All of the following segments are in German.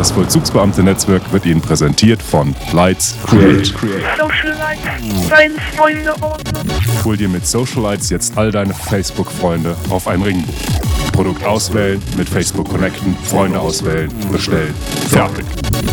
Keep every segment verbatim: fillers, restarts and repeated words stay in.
Das Vollzugsbeamte-Netzwerk wird Ihnen präsentiert von Lights Create. Socialites, deine Freunde ordnen. Hol dir mit Socialites jetzt all deine Facebook-Freunde auf ein Ringbuch. Produkt auswählen, mit Facebook connecten, Freunde auswählen, bestellen. Fertig.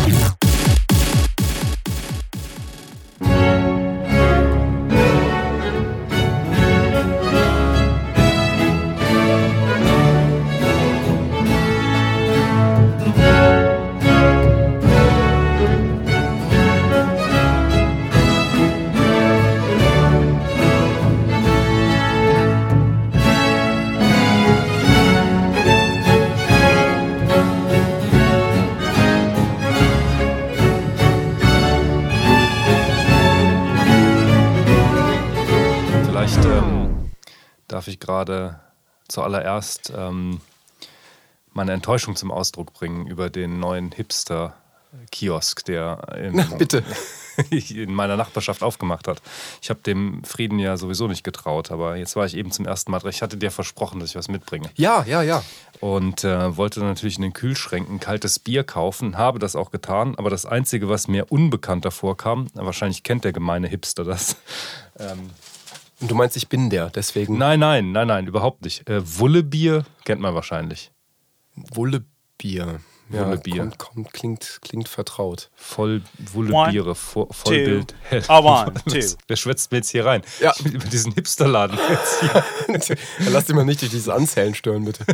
Darf ich gerade zuallererst ähm, meine Enttäuschung zum Ausdruck bringen über den neuen Hipster-Kiosk, der in, Na, bitte. in meiner Nachbarschaft aufgemacht hat. Ich habe dem Frieden ja sowieso nicht getraut, aber jetzt war ich eben zum ersten Mal drin. Ich hatte dir versprochen, dass ich was mitbringe. Ja, ja, ja. Und äh, wollte natürlich in den Kühlschränken kaltes Bier kaufen, habe das auch getan, aber das Einzige, was mir unbekannt davor kam, wahrscheinlich kennt der gemeine Hipster das, ähm, Und du meinst, ich bin der, deswegen... Nein, nein, nein, nein, überhaupt nicht. Äh, Wullebier kennt man wahrscheinlich. Wullebier. Ja, Wullebier. Kommt, kommt, klingt, klingt vertraut. Voll Wullebiere, Vo- Vollbild. Two. I want two. Wer schwätzt mir jetzt hier rein? Ja. Ich will über diesen Hipsterladen jetzt hier. Lass dich mal nicht durch dieses Anzählen stören, bitte.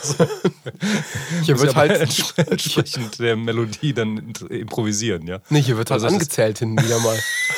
Hier Muss wird ich aber halt... entspre- entsprechend der Melodie dann improvisieren, ja? Nee, hier wird halt Also es ist- angezählt hin wieder mal.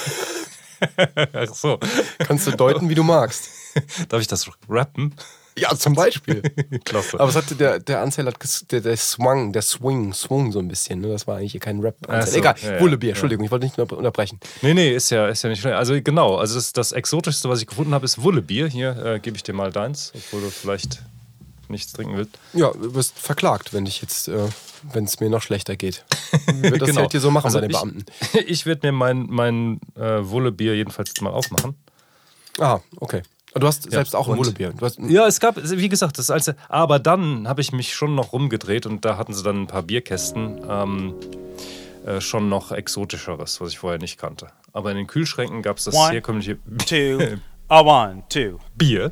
Ach so. Kannst du deuten, wie du magst. Darf ich das rappen? Ja, zum Beispiel. Klasse. Aber es hatte der, der Anzähler, hat ges- der, der Swang, der Swing, Swung so ein bisschen. Ne? Das war eigentlich kein Rap. Ach so, Egal, ja, ja. Wullebier, Entschuldigung, ich wollte nicht nur unterbrechen. Nee, nee, ist ja, ist ja nicht schlimm. Also genau, also das, das Exotischste, was ich gefunden habe, ist Wullebier. Hier äh, gebe ich dir mal deins, obwohl du vielleicht nichts trinken willst. Ja, du wirst verklagt, wenn ich jetzt, äh, wenn es mir noch schlechter geht. Wie wird das Genau. halt hier so machen Also bei den ich- Beamten? Ich werde mir mein, mein äh, Wullebier jedenfalls jetzt mal aufmachen. Ah, okay. Aber du hast selbst auch ein und- Wullebier. Du hast, Ja, es gab, wie gesagt, das alte. Aber dann habe ich mich schon noch rumgedreht und da hatten sie dann ein paar Bierkästen. Ähm, äh, schon noch exotischeres, was ich vorher nicht kannte. Aber in den Kühlschränken gab es das One, herkömmliche Two. I want two. Bier.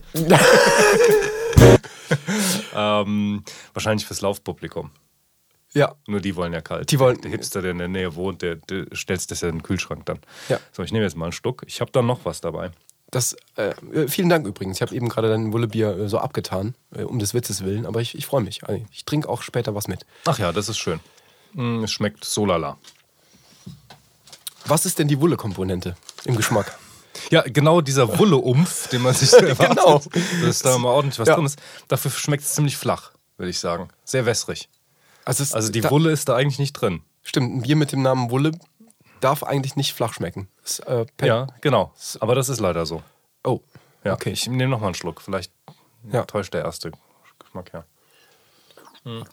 ähm, wahrscheinlich fürs Laufpublikum. ja, Nur die wollen ja kalt. Die wollen- Der Hipster, der in der Nähe wohnt, der, der stellt das ja in den Kühlschrank dann. Ja. So, ich nehme jetzt mal einen Schluck. Ich habe da noch was dabei. das, äh, vielen Dank übrigens. Ich habe eben gerade dein Wullebier äh, so abgetan, äh, um des Witzes willen. Aber ich, ich freue mich. Also, ich trinke auch später was mit. Ach ja, das ist schön. Mm, es schmeckt so lala. Was ist denn die Wulle-Komponente im Geschmack? Ja, genau dieser Wulle-Umf, den man sich so erwartet, Genau. dass da mal ordentlich was Ja. drin ist. Dafür schmeckt es ziemlich flach, würde ich sagen. Sehr wässrig. Also, es, Also die da, Wulle ist da eigentlich nicht drin. Stimmt, ein Bier mit dem Namen Wulle darf eigentlich nicht flach schmecken. Das, äh, per- Ja, genau. Aber das ist leider so. Oh, Ja, okay. ich nehme noch mal einen Schluck. Vielleicht Ja. täuscht der erste Geschmack, ja. Hm.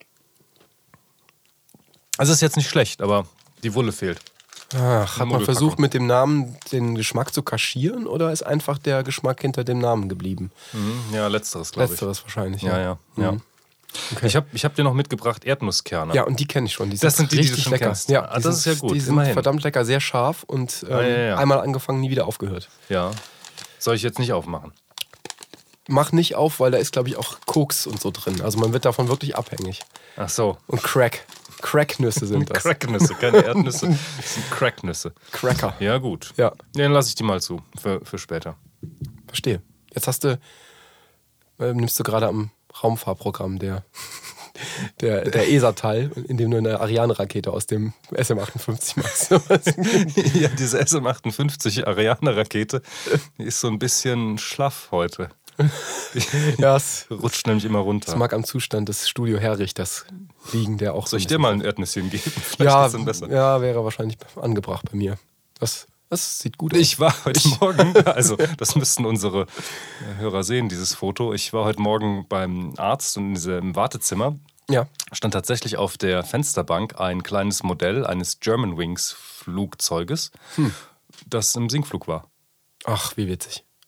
Also es ist jetzt nicht schlecht, aber die Wulle fehlt. Ach, hat man Mogelpackung. versucht, mit dem Namen den Geschmack zu kaschieren oder ist einfach der Geschmack hinter dem Namen geblieben? Mhm, ja, letzteres, glaube ich. Letzteres wahrscheinlich. Ja, ja, ja. Mhm. Ich habe ich hab dir noch mitgebracht Erdnusskerne. Ja, und die kenne ich schon. Die Das sind die, die du richtig schon lecker. kennst. Ja, Ah, die das sind, ist ja gut, Die sind immerhin. verdammt lecker, sehr scharf und ähm, ja, ja. einmal angefangen, nie wieder aufgehört. Ja. Soll ich jetzt nicht aufmachen? Mach nicht auf, weil da ist, glaube ich, auch Koks und so drin. Also man wird davon wirklich abhängig. Ach so. Und Crack. Cracknüsse sind das. Cracknüsse, keine Erdnüsse. Das sind Cracknüsse. Cracker. Ja, gut. Ja, Dann lasse ich die mal zu, für, für später. verstehe. Jetzt hast du, äh, nimmst du gerade am Raumfahrprogramm der, der, der E S A teil, in dem du eine Ariane-Rakete aus dem S M achtundfünfzig machst. Ja, diese S M achtundfünfzig Ariane-Rakete die ist so ein bisschen schlaff heute. Ja, es, Rutscht nämlich immer runter. es mag am Zustand des Studio-Herrichters liegen, der auch so Soll ich dir mal ein Erdnüsschen geben? Vielleicht ja, ist es dann besser. ja, wäre wahrscheinlich angebracht bei mir. Das, das sieht gut aus. Ich war heute Morgen, also das müssten unsere Hörer sehen, dieses Foto. Ich war heute Morgen beim Arzt und in diesem Wartezimmer Ja. stand tatsächlich auf der Fensterbank ein kleines Modell eines Germanwings Flugzeuges, Hm. das im Sinkflug war. Ach, wie witzig.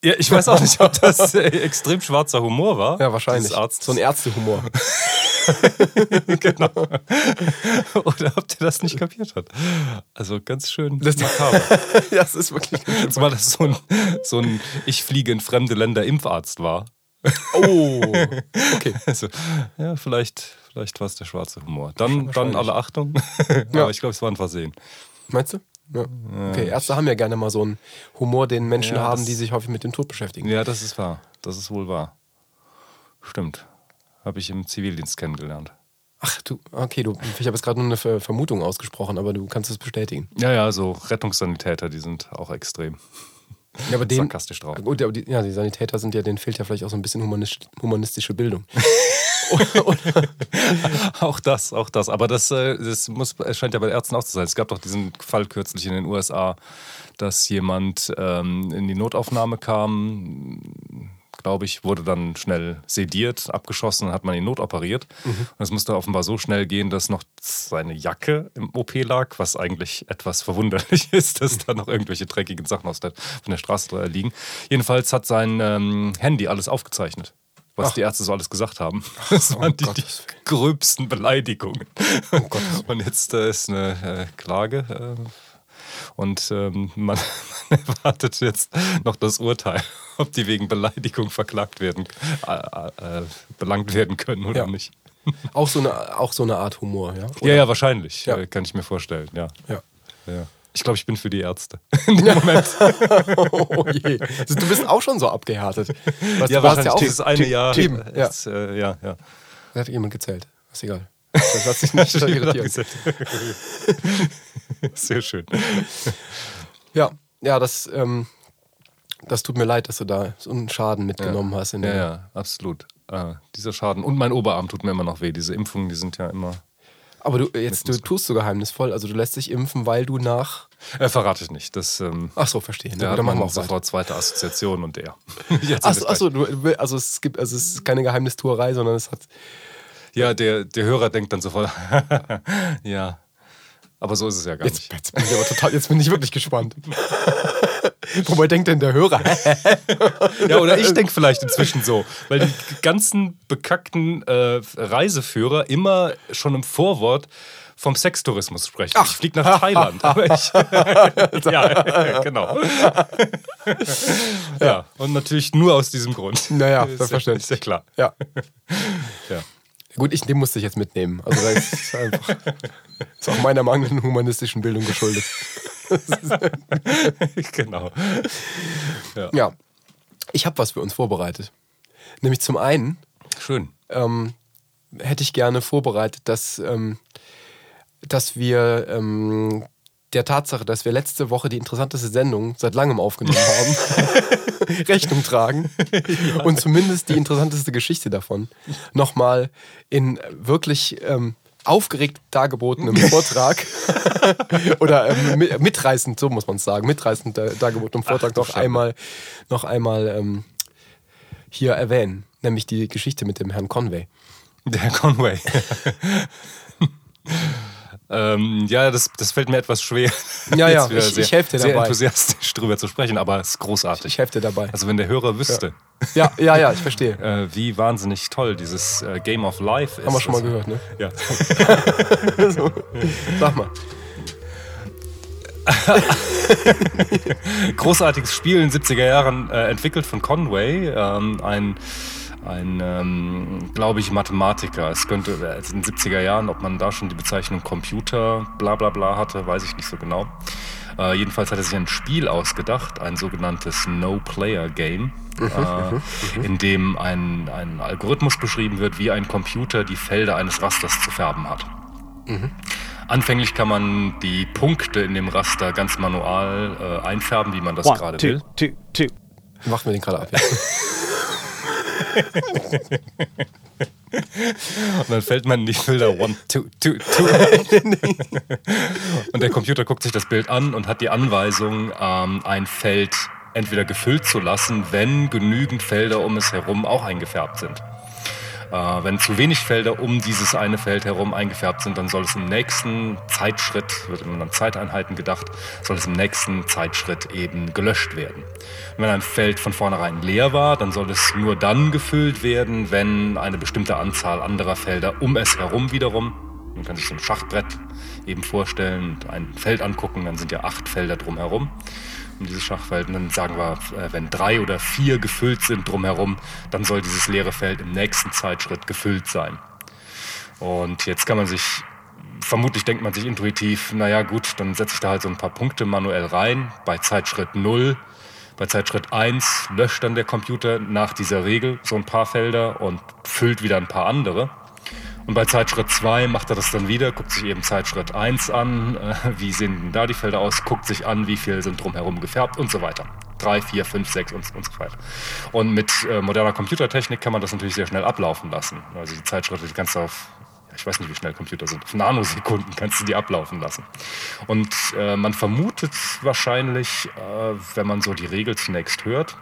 Ja, ich weiß auch nicht, ob das äh, extrem schwarzer Humor war. Ja, wahrscheinlich. Dieses Arztes. So ein Ärztehumor. Genau. Oder ob der das nicht kapiert hat. Also ganz schön Das- makaber. Ja, das ist wirklich. Jetzt mal, dass so ein, so ein Ich fliege in fremde Länder Impfarzt war. Oh, okay. Also, ja, vielleicht, vielleicht war es der schwarze Humor. Dann, dann Wahrscheinlich. alle Achtung. Ja. Aber ich glaube, es war ein Versehen. Meinst du? Ja. Okay, Ärzte haben ja gerne mal so einen Humor, den Menschen Ja, haben, das- die sich häufig mit dem Tod beschäftigen. Ja, das ist wahr. Das ist wohl wahr. Stimmt. Habe ich im Zivildienst kennengelernt. Ach du, okay, du, ich habe jetzt gerade nur eine Ver- Vermutung ausgesprochen, aber du kannst es bestätigen. Ja, ja, so Rettungssanitäter, die sind auch extrem Ja, aber denen, sarkastisch drauf. gut, aber die, ja, die Sanitäter sind ja, denen fehlt ja vielleicht auch so ein bisschen humanistisch, humanistische Bildung. Auch das, auch das. Aber das, äh, das muss, es scheint ja bei Ärzten auch zu sein. Es gab doch diesen Fall kürzlich in den U S A, dass jemand ähm, in die Notaufnahme kam, glaube ich, wurde dann schnell sediert, abgeschossen, hat man ihn notoperiert. Mhm. Und es musste offenbar so schnell gehen, dass noch seine Jacke im O P lag, was eigentlich etwas verwunderlich ist, dass da noch irgendwelche dreckigen Sachen aus der, von der Straße liegen. Jedenfalls hat sein ähm, Handy alles aufgezeichnet, was Ach. die Ärzte so alles gesagt haben. Das Oh, waren die, die Gottes Willen. gröbsten Beleidigungen. Oh Gottes Und jetzt äh, ist eine äh, Klage äh, und ähm, man, man erwartet jetzt noch das Urteil, ob die wegen Beleidigung verklagt werden, äh, äh, belangt werden können oder Ja. nicht. Auch so eine, auch so eine Art Humor, ja? Oder? Ja, ja, wahrscheinlich, Ja. äh, kann ich mir vorstellen. Ja. Ja. Ja. Ich glaube, ich bin für die Ärzte. In dem Moment. Oh je. Du bist auch schon so abgehärtet. Was, Ja, du warst wahrscheinlich auch dieses eine Jahr. Eben, ja. Ist, äh, ja, ja. Da hat jemand gezählt. Ist egal. Das lass dich nicht irritieren. Sehr schön. Ja, ja, das, ähm, das tut mir leid, dass du da so einen Schaden mitgenommen hast. In Ja, der, ja, absolut. Äh, dieser Schaden. Und mein Oberarm tut mir immer noch weh. Diese Impfungen, die sind ja immer. Aber du jetzt, du tust so geheimnisvoll. Also du lässt dich impfen, weil du nach. Äh, verrate ich nicht. Das, ähm, Ach so, verstehe. da Ja, hat dann machen man wir auch weiter. sofort zweite Assoziation und der. Jetzt Achso, ist es achso du, also es gibt, also es ist keine Geheimnistuerei, sondern es hat. Ja, der, der Hörer denkt dann sofort, ja. Aber so ist es ja gar Jetzt, nicht. jetzt bin ich aber total, jetzt bin ich wirklich gespannt. Wobei denkt denn der Hörer? Ja, oder ich denke vielleicht inzwischen so, weil die ganzen bekackten äh, Reiseführer immer schon im Vorwort vom Sextourismus sprechen. Ach. Ich fliege nach Thailand. Aber ich, ja, genau. Ja, und natürlich nur aus diesem Grund. Naja, Ist ja- selbstverständlich. Ist ja klar. Ja. Ja. Gut, ich, den musste ich jetzt mitnehmen. Also das ist einfach. Ist auch meiner mangelnden humanistischen Bildung geschuldet. Genau. Ja. Ich habe was für uns vorbereitet. Nämlich zum einen Schön. ähm, hätte ich gerne vorbereitet, dass, ähm, dass wir ähm, der Tatsache, dass wir letzte Woche die interessanteste Sendung seit langem aufgenommen haben, Rechnung tragen und zumindest die interessanteste Geschichte davon nochmal in wirklich ähm, aufgeregt dargebotenem Vortrag oder ähm, mit- mitreißend, so muss man es sagen, mitreißend dar- dargebotenem Vortrag du noch Schande. einmal, noch einmal ähm, hier erwähnen, nämlich die Geschichte mit dem Herrn Conway. Der Herr Conway. ähm, ja, das, das fällt mir etwas schwer. Ja, ja, jetzt wieder ich- sehr, ich helfe dir sehr dabei. enthusiastisch drüber zu sprechen, aber es ist großartig. Ich helfe dir dabei. Also wenn der Hörer wüsste, Ja, ja, ja, ich verstehe. äh, wie wahnsinnig toll dieses äh, Game of Life ist. Haben wir schon mal Das- gehört, ne? Ja. So. Sag mal. Großartiges Spiel in den siebziger Jahren, äh, entwickelt von Conway, ähm, ein, ein ähm, glaube ich, Mathematiker. Es könnte äh, in den siebziger Jahren, ob man da schon die Bezeichnung Computer bla bla bla hatte, weiß ich nicht so genau. Äh, jedenfalls hat er sich ein Spiel ausgedacht, ein sogenanntes No-Player-Game, äh, in dem ein, ein Algorithmus beschrieben wird, wie ein Computer die Felder eines Rasters zu färben hat. Anfänglich kann man die Punkte in dem Raster ganz manual äh, einfärben, wie man das One, gerade two, will. two, two. Machen wir den gerade ab. Ja. Und dann fällt man in die Bilder one, two, two, two. Und der Computer guckt sich das Bild an und hat die Anweisung, ähm, ein Feld entweder gefüllt zu lassen, wenn genügend Felder um es herum auch eingefärbt sind. Äh, wenn zu wenig Felder um dieses eine Feld herum eingefärbt sind, dann soll es im nächsten Zeitschritt, wird immer an Zeiteinheiten gedacht, soll es im nächsten Zeitschritt eben gelöscht werden. Und wenn ein Feld von vornherein leer war, dann soll es nur dann gefüllt werden, wenn eine bestimmte Anzahl anderer Felder um es herum wiederum, man kann sich so ein Schachbrett eben vorstellen und ein Feld angucken, dann sind ja acht Felder drumherum um dieses Schachfeld. Und dann sagen wir, wenn drei oder vier gefüllt sind drumherum, dann soll dieses leere Feld im nächsten Zeitschritt gefüllt sein. Und jetzt kann man sich, vermutlich denkt man sich intuitiv, naja gut, dann setze ich da halt so ein paar Punkte manuell rein. Bei Zeitschritt null, bei Zeitschritt eins löscht dann der Computer nach dieser Regel so ein paar Felder und füllt wieder ein paar andere. Und bei Zeitschritt zwei macht er das dann wieder, guckt sich eben Zeitschritt eins an, äh, wie sehen denn da die Felder aus, guckt sich an, wie viel sind drumherum gefärbt und so weiter. drei, vier, fünf, sechs und, und so weiter. Und mit äh, moderner Computertechnik kann man das natürlich sehr schnell ablaufen lassen. Also die Zeitschritte, die kannst du auf, ja, ich weiß nicht, wie schnell Computer sind, auf Nanosekunden kannst du die ablaufen lassen. Und äh, man vermutet wahrscheinlich, äh, wenn man so die Regel zunächst hört,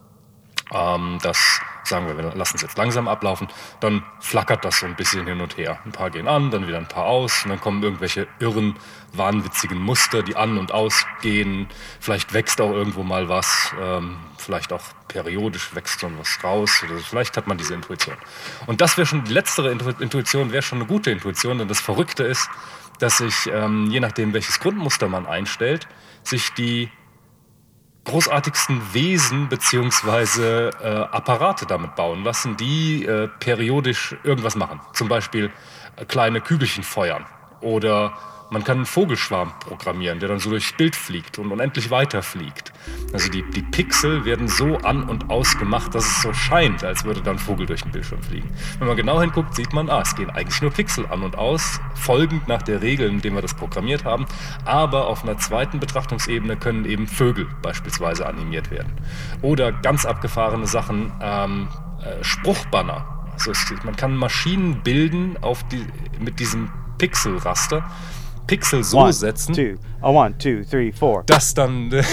ähm, dass, sagen wir, wir lassen es jetzt langsam ablaufen, dann flackert das so ein bisschen hin und her. Ein paar gehen an, dann wieder ein paar aus und dann kommen irgendwelche irren, wahnwitzigen Muster, die an- und ausgehen. Vielleicht wächst auch irgendwo mal was, ähm, vielleicht auch periodisch wächst so was raus oder vielleicht hat man diese Intuition. Und das wäre schon, die letztere Intuition wäre schon eine gute Intuition, denn das Verrückte ist, dass sich, ähm, je nachdem welches Grundmuster man einstellt, sich die großartigsten Wesen beziehungsweise äh, Apparate damit bauen lassen, die äh, periodisch irgendwas machen. Zum Beispiel äh, kleine Kügelchen feuern. Oder man kann einen Vogelschwarm programmieren, der dann so durchs Bild fliegt und unendlich weiter fliegt. Also die, die Pixel werden so an- und ausgemacht, dass es so scheint, als würde dann ein Vogel durch den Bildschirm fliegen. Wenn man genau hinguckt, sieht man, ah, es gehen eigentlich nur Pixel an und aus, folgend nach der Regel, in der wir das programmiert haben. Aber auf einer zweiten Betrachtungsebene können eben Vögel beispielsweise animiert werden. Oder ganz abgefahrene Sachen, ähm, äh, Spruchbanner. Also es, man kann Maschinen bilden auf die, mit diesem Pixelraster, Pixel so one, setzen, two, oh, one, two, three, four. dass dann äh,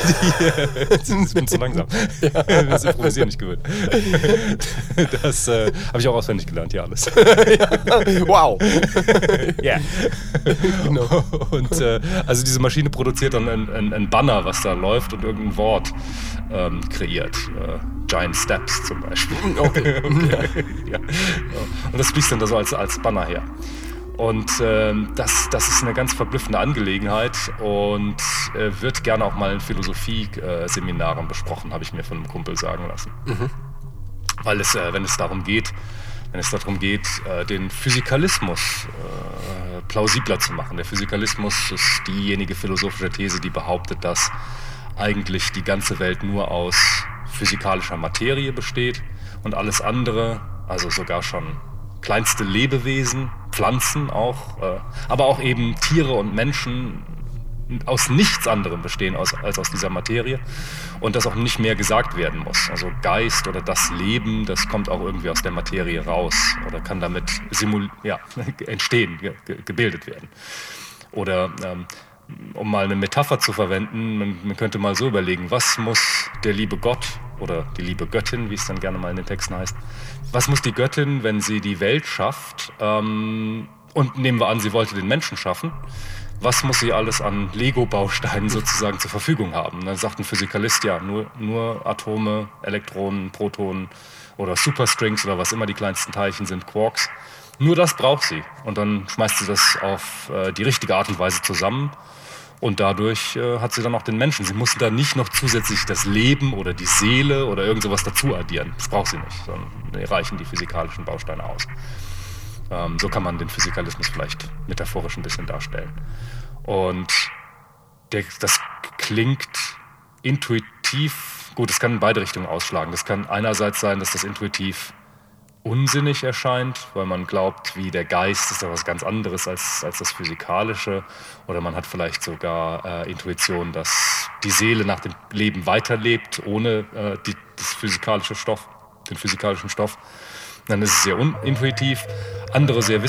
die, ich bin zu langsam. Das Improvisieren nicht gewöhnt. Das äh, habe ich auch auswendig gelernt, hier alles. Wow. Yeah. Genau. Und äh, also diese Maschine produziert dann ein, ein, ein Banner, was da läuft und irgendein Wort ähm, kreiert. Äh, Giant Steps zum Beispiel. Okay. Okay. Ja. Und das fließt dann da so als, als Banner her. Und ähm, das, das ist eine ganz verblüffende Angelegenheit und äh, wird gerne auch mal in Philosophie-Seminaren besprochen, habe ich mir von einem Kumpel sagen lassen. Mhm. Weil es, äh, wenn es darum geht, wenn es darum geht, äh, den Physikalismus äh, plausibler zu machen. Der Physikalismus ist diejenige philosophische These, die behauptet, dass eigentlich die ganze Welt nur aus physikalischer Materie besteht und alles andere, also sogar schon kleinste Lebewesen, Pflanzen auch, äh, aber auch eben Tiere und Menschen aus nichts anderem bestehen als, als aus dieser Materie und dass auch nicht mehr gesagt werden muss. Also Geist oder das Leben, das kommt auch irgendwie aus der Materie raus oder kann damit simul- ja, entstehen, ge- gebildet werden. Oder ähm, um mal eine Metapher zu verwenden, man, man könnte mal so überlegen, was muss der liebe Gott oder die liebe Göttin, wie es dann gerne mal in den Texten heißt, was muss die Göttin, wenn sie die Welt schafft, ähm, und nehmen wir an, sie wollte den Menschen schaffen, was muss sie alles an Lego-Bausteinen sozusagen zur Verfügung haben? Und dann sagt ein Physikalist, ja, nur, nur Atome, Elektronen, Protonen oder Superstrings oder was immer die kleinsten Teilchen sind, Quarks. Nur das braucht sie. Und dann schmeißt sie das auf äh, die richtige Art und Weise zusammen. Und dadurch äh, hat sie dann auch den Menschen. Sie muss da nicht noch zusätzlich das Leben oder die Seele oder irgend sowas dazu addieren. Das braucht sie nicht, sondern reichen die physikalischen Bausteine aus. Ähm, so kann man den Physikalismus vielleicht metaphorisch ein bisschen darstellen. Und der, das klingt intuitiv, gut, es kann in beide Richtungen ausschlagen. Das kann einerseits sein, dass das intuitiv unsinnig erscheint, weil man glaubt, wie der Geist ist ja was ganz anderes als, als das Physikalische. Oder man hat vielleicht sogar äh, Intuition, dass die Seele nach dem Leben weiterlebt, ohne äh, die, das physikalische Stoff, den physikalischen Stoff. Dann ist es sehr unintuitiv. Andere sehr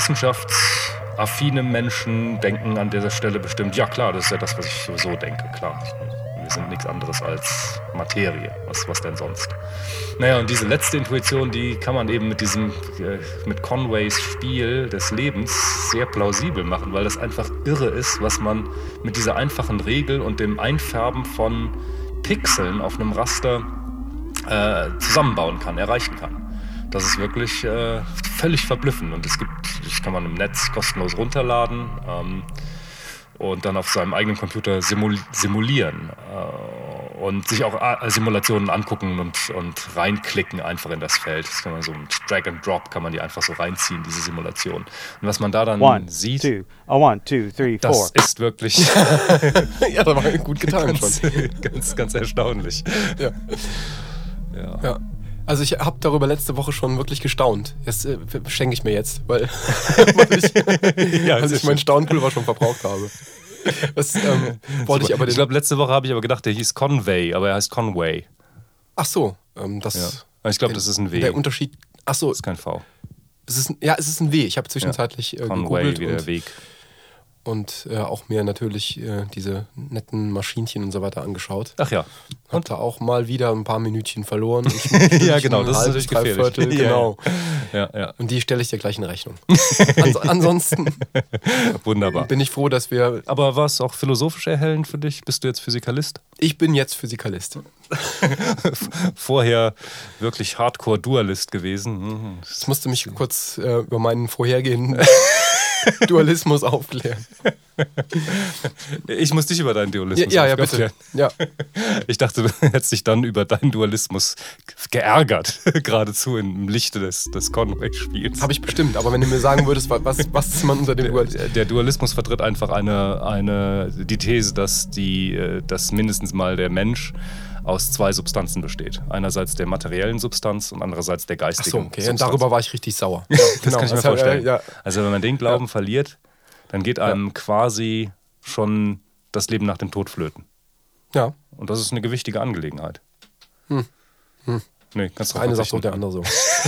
wissenschaftsaffine Menschen denken an dieser Stelle bestimmt, ja klar, das ist ja das, was ich sowieso denke, klar. Wir sind nichts anderes als Materie. Was, was denn sonst? Naja, und diese letzte Intuition, die kann man eben mit diesem, äh, mit Conways Spiel des Lebens sehr plausibel machen, weil das einfach irre ist, was man mit dieser einfachen Regel und dem Einfärben von Pixeln auf einem Raster äh, zusammenbauen kann, erreichen kann. Das ist wirklich äh, völlig verblüffend. Und es gibt, das kann man im Netz kostenlos runterladen ähm, und dann auf seinem eigenen Computer simul- simulieren äh, und sich auch äh, Simulationen angucken und, und reinklicken einfach in das Feld. Das kann man so mit Drag and Drop kann man die einfach so reinziehen, diese Simulation. Und was man da dann One, sieht, two, oh, one, two, three, das four. ist wirklich Ja, das war gut getan ganz, schon. ganz, ganz erstaunlich. Ja. Ja. Ja. Also ich habe darüber letzte Woche schon wirklich gestaunt. Das äh, schenke ich mir jetzt, weil, weil ich, Ja, weil sehr ich mein schön. Staunpulver schon verbraucht habe. Was ähm, wollte ich aber den, Ich glaube, letzte Woche habe ich aber gedacht, der hieß Conway, aber er heißt Conway. Ach so, ähm, das. Ja. Aber ich glaube, das ist ein W. Der Unterschied. Ach so, Das ist kein V. es ist ein, ja, es ist ein W. Ich habe zwischenzeitlich äh, Conway gegoogelt wie der und, Weg. und äh, auch mir natürlich äh, diese netten Maschinchen und so weiter angeschaut. Ach ja. Hab da auch mal wieder ein paar Minütchen verloren. Ja, genau, Ein das ist halbes, natürlich gefährlich. Dreiviertel, Ja, genau. Ja, ja. Und die stelle ich dir gleich in Rechnung. Ans ansonsten Wunderbar. bin ich froh, dass wir. Aber war es auch philosophisch erhellend für dich? Bist du jetzt Physikalist? Ich bin jetzt Physikalist. Vorher wirklich Hardcore-Dualist gewesen. Mhm. Ich musste mich kurz äh, über meinen vorhergehenden Dualismus aufklären. Ich muss dich über deinen Ja, Dualismus ja, ja, aufklären. bitte. Ja. Ich dachte, du hättest dich dann über deinen Dualismus geärgert, geradezu im Lichte des, des Conway-Spiels. Habe ich bestimmt, aber wenn du mir sagen würdest, was, was man unter dem Dualismus. Der, der Dualismus vertritt einfach eine, eine, die These, dass, die, äh, dass mindestens mal der Mensch aus zwei Substanzen besteht. Einerseits der materiellen Substanz und andererseits der geistigen Achso, okay. Und Substanz. darüber war ich richtig sauer. Das Genau, kann ich mir das hat- vorstellen. äh, ja. Also wenn man den Glauben verliert, dann geht einem quasi schon das Leben nach dem Tod flöten. Ja. Und das ist eine gewichtige Angelegenheit. Hm. Hm. Nee, kannst du Der eine sagt so, verzichten. der andere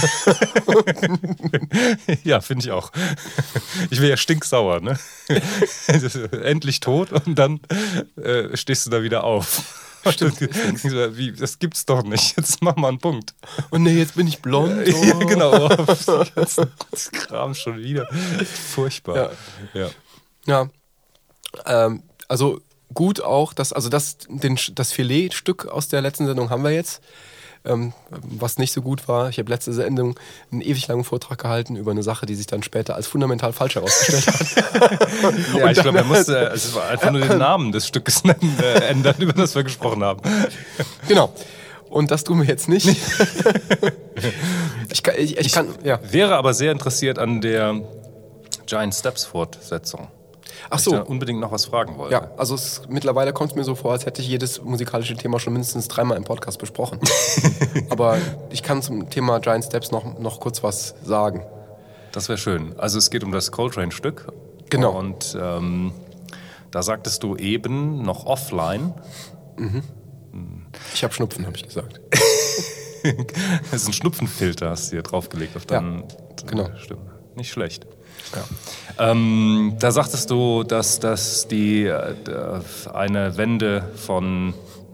so. Ja, finde ich auch. Ich wäre ja stinksauer, ne? Endlich tot und dann äh, stehst du da wieder auf. Stimmt. Wie, das gibt's doch nicht. Jetzt mach mal einen Punkt. Und nee, jetzt bin ich blond. Oh. Ja, genau. Oh, das Kram schon wieder. Furchtbar. Ja. Ja. Ja. Ähm, also gut auch, dass, also das, den, das Filetstück aus der letzten Sendung haben wir jetzt. Ähm, was nicht so gut war, ich habe letzte Sendung einen ewig langen Vortrag gehalten über eine Sache, die sich dann später als fundamental falsch herausgestellt hat. Ja, ich glaube, er musste es war einfach nur den Namen des Stückes nennen, äh, ändern, über das wir gesprochen haben. Genau. Und das tun wir jetzt nicht. ich kann, ich, ich kann, ja. Wäre aber sehr interessiert an der Giant Steps Fortsetzung. Ach Ich so. da unbedingt noch was fragen wollte. Ja, also es, mittlerweile kommt es mir so vor, als hätte ich jedes musikalische Thema schon mindestens dreimal im Podcast besprochen. Aber ich kann zum Thema Giant Steps noch, noch kurz was sagen. Das wäre schön. Also es geht um das Coltrane-Stück. Genau. Und ähm, da sagtest du eben noch offline. Ich habe Schnupfen, habe ich gesagt. Das ist ein Schnupfenfilter, hast du hier draufgelegt auf deinen. genau. Stimmt. Nicht schlecht. Ja. Ähm, da sagtest du, dass, dass die äh, eine Wende von,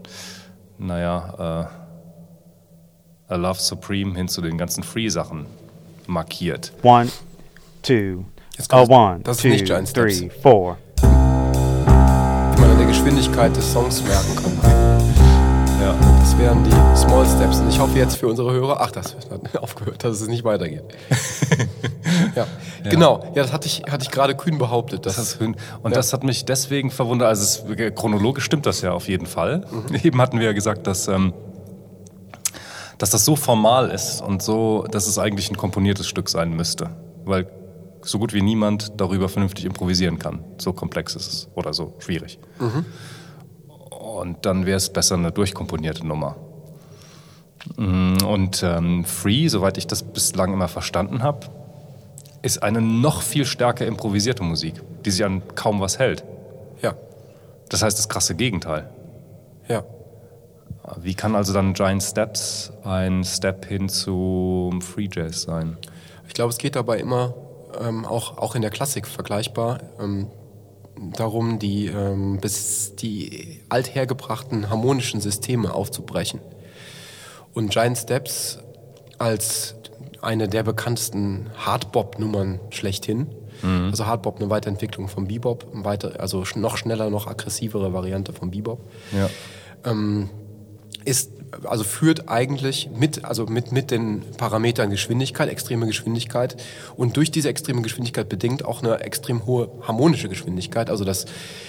naja, äh, A Love Supreme hin zu den ganzen Free-Sachen markiert. One, two, Jetzt oh, kommt- one, das ist two, nicht Giant Steps. three, four. Wie man an der Geschwindigkeit des Songs merken kann. Ja. Das wären die Small Steps. Und ich hoffe jetzt für unsere Hörer, ach, das hat aufgehört, dass es nicht weitergeht. ja. ja, genau. Ja, das hatte ich, hatte ich gerade kühn behauptet. Dass, Das ist, und Ja. das hat mich deswegen verwundert, also es, chronologisch stimmt das ja auf jeden Fall. Mhm. Eben hatten wir ja gesagt, dass, ähm, dass das so formal ist und so, dass es eigentlich ein komponiertes Stück sein müsste. Weil so gut wie niemand darüber vernünftig improvisieren kann. So komplex ist es oder so schwierig. Mhm. Und dann wäre es besser eine durchkomponierte Nummer. Und ähm, Free, soweit ich das bislang immer verstanden habe, ist eine noch viel stärker improvisierte Musik, die sich an kaum was hält. ja, Das heißt das krasse Gegenteil. ja. Wie kann also dann Giant Steps ein Step hin zum Free Jazz sein? Ich glaube, es geht dabei immer, ähm, auch, auch in der Klassik vergleichbar, ähm, darum, die, ähm, bis die althergebrachten harmonischen Systeme aufzubrechen. Und Giant Steps als eine der bekanntesten Hardbop-Nummern schlechthin, mhm. also Hardbop eine Weiterentwicklung vom Bebop, weiter, also noch schneller, noch aggressivere Variante vom Bebop, Ja. ähm, ist, also führt eigentlich mit, also mit, mit den Parametern Geschwindigkeit, extreme Geschwindigkeit und durch diese extreme Geschwindigkeit bedingt auch eine extrem hohe harmonische Geschwindigkeit, also das,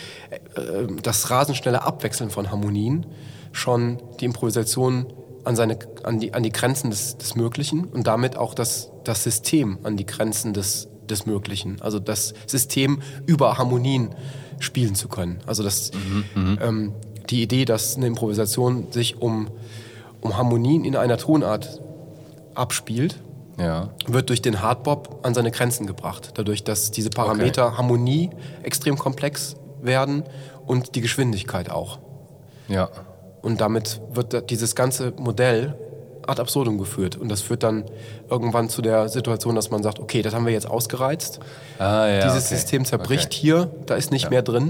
äh, das rasend schnelle Abwechseln von Harmonien schon die Improvisation an, seine, an, die, an die Grenzen des, des Möglichen und damit auch das, das System an die Grenzen des, des Möglichen. Also das System über Harmonien spielen zu können. Also das, mhm, ähm, die Idee, dass eine Improvisation sich um, um Harmonien in einer Tonart abspielt, Ja. wird durch den Hardbop an seine Grenzen gebracht. Dadurch, dass diese Parameter Okay. Harmonie extrem komplex werden und die Geschwindigkeit auch. Ja. Und damit wird dieses ganze Modell ad absurdum geführt. Und das führt dann irgendwann zu der Situation, dass man sagt, okay, das haben wir jetzt ausgereizt. Ah, ja, Dieses okay. System zerbricht Okay. hier, da ist nicht Ja. mehr drin.